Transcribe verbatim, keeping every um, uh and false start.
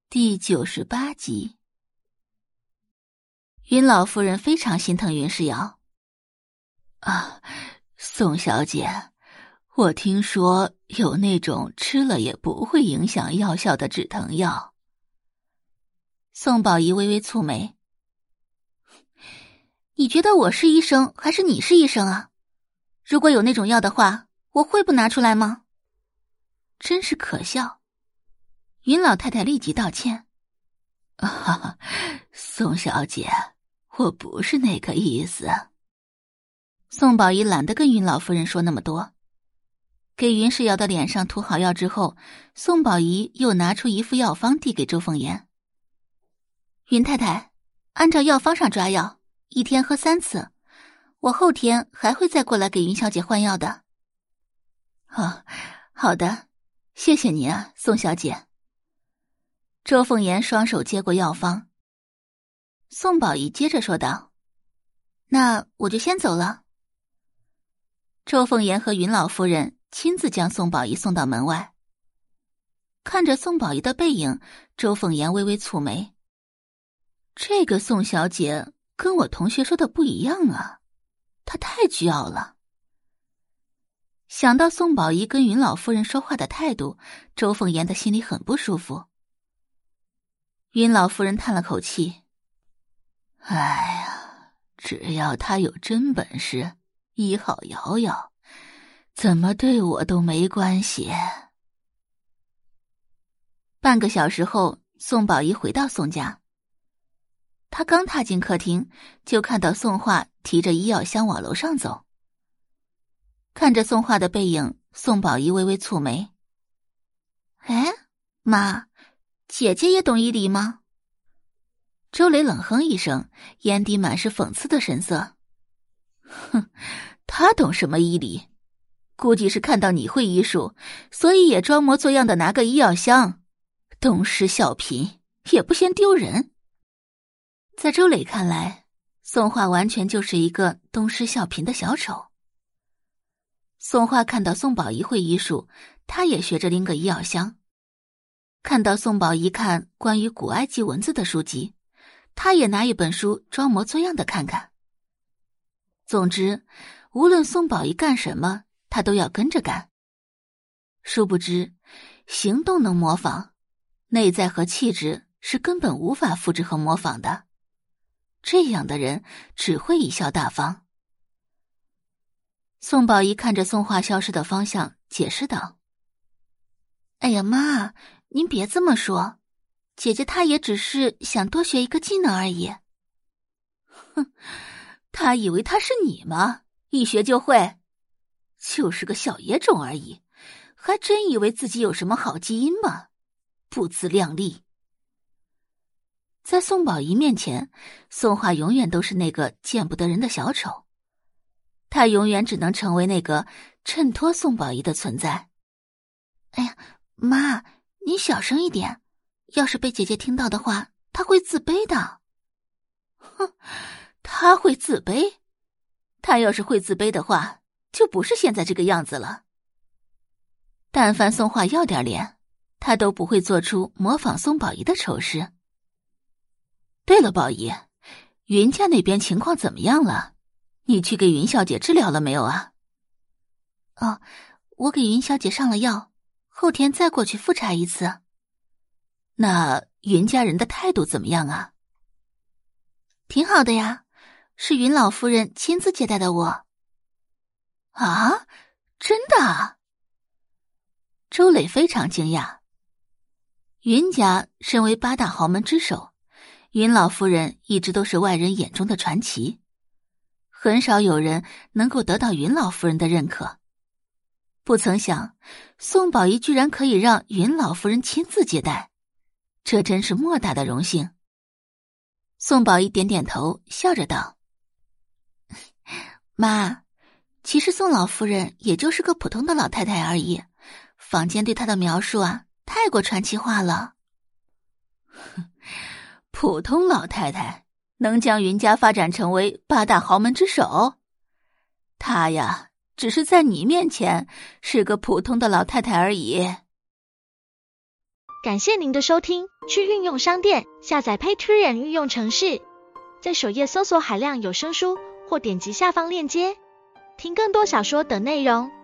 第九十八集。云老夫人非常心疼云世瑶。啊，宋小姐，我听说有那种吃了也不会影响药效的止疼药。宋宝仪微微蹙眉。你觉得我是医生还是你是医生啊？如果有那种药的话，我会不拿出来吗？真是可笑。云老太太立即道歉。啊，宋小姐，我不是那个意思。宋宝仪懒得跟云老夫人说那么多。给云世瑶的脸上涂好药之后，宋宝仪又拿出一副药方递给周凤妍。云太太，按照药方上抓药，一天喝三次，我后天还会再过来给云小姐换药的。哦，好的，谢谢你啊，宋小姐。周凤妍双手接过药方。宋宝仪接着说道：那我就先走了。周凤妍和云老夫人亲自将宋宝仪送到门外。看着宋宝仪的背影，周凤妍微微蹙眉。这个宋小姐跟我同学说的不一样啊，她太倨傲了。想到宋宝仪跟云老夫人说话的态度，周凤妍的心里很不舒服。云老夫人叹了口气。哎呀，只要她有真本事，医好瑶瑶，怎么对我都没关系。半个小时后，宋宝仪回到宋家。她刚踏进客厅，就看到宋画提着医药箱往楼上走。看着宋画的背影，宋宝仪微微蹙眉。哎，妈，姐姐也懂医理吗？周雷冷哼一声，眼底满是讽刺的神色。哼，他懂什么医理？估计是看到你会医术，所以也装模作样的拿个医药箱，东施效颦，也不嫌丢人。在周磊看来，宋画完全就是一个东施效颦的小丑。宋画看到宋宝仪会医术，他也学着拎个医药箱。看到宋宝仪看关于古埃及文字的书籍，他也拿一本书装模作样的看看。总之，无论宋宝仪干什么，他都要跟着干。殊不知，行动能模仿，内在和气质是根本无法复制和模仿的。这样的人只会贻笑大方。宋宝仪看着宋画消失的方向，解释道：哎呀妈，您别这么说，姐姐她也只是想多学一个技能而已。哼，她以为她是你吗？一学就会？就是个小野种而已，还真以为自己有什么好基因吗？不自量力。在宋宝仪面前，宋画永远都是那个见不得人的小丑，他永远只能成为那个衬托宋宝仪的存在。哎呀，妈，你小声一点，要是被姐姐听到的话，她会自卑的。哼，她会自卑？她要是会自卑的话，就不是现在这个样子了。但凡宋画要点脸，她都不会做出模仿宋宝仪的丑事。对了，宝仪，云家那边情况怎么样了？你去给云小姐治疗了没有啊？哦，我给云小姐上了药，后天再过去复查一次。那云家人的态度怎么样啊？挺好的呀，是云老夫人亲自接待的我。啊，真的啊？周磊非常惊讶。云家身为八大豪门之首，云老夫人一直都是外人眼中的传奇，很少有人能够得到云老夫人的认可。不曾想，宋宝仪居然可以让云老夫人亲自接待，这真是莫大的荣幸。宋宝仪点点头，笑着道：妈，其实宋老夫人也就是个普通的老太太而已，坊间对她的描述啊，太过传奇化了。普通老太太能将云家发展成为八大豪门之首？她呀，只是在你面前是个普通的老太太而已。 感谢您的收听，去运用商店下载 Patreon 运用程式，在首页搜索海量有声书，或点击下方链接听更多小说等内容。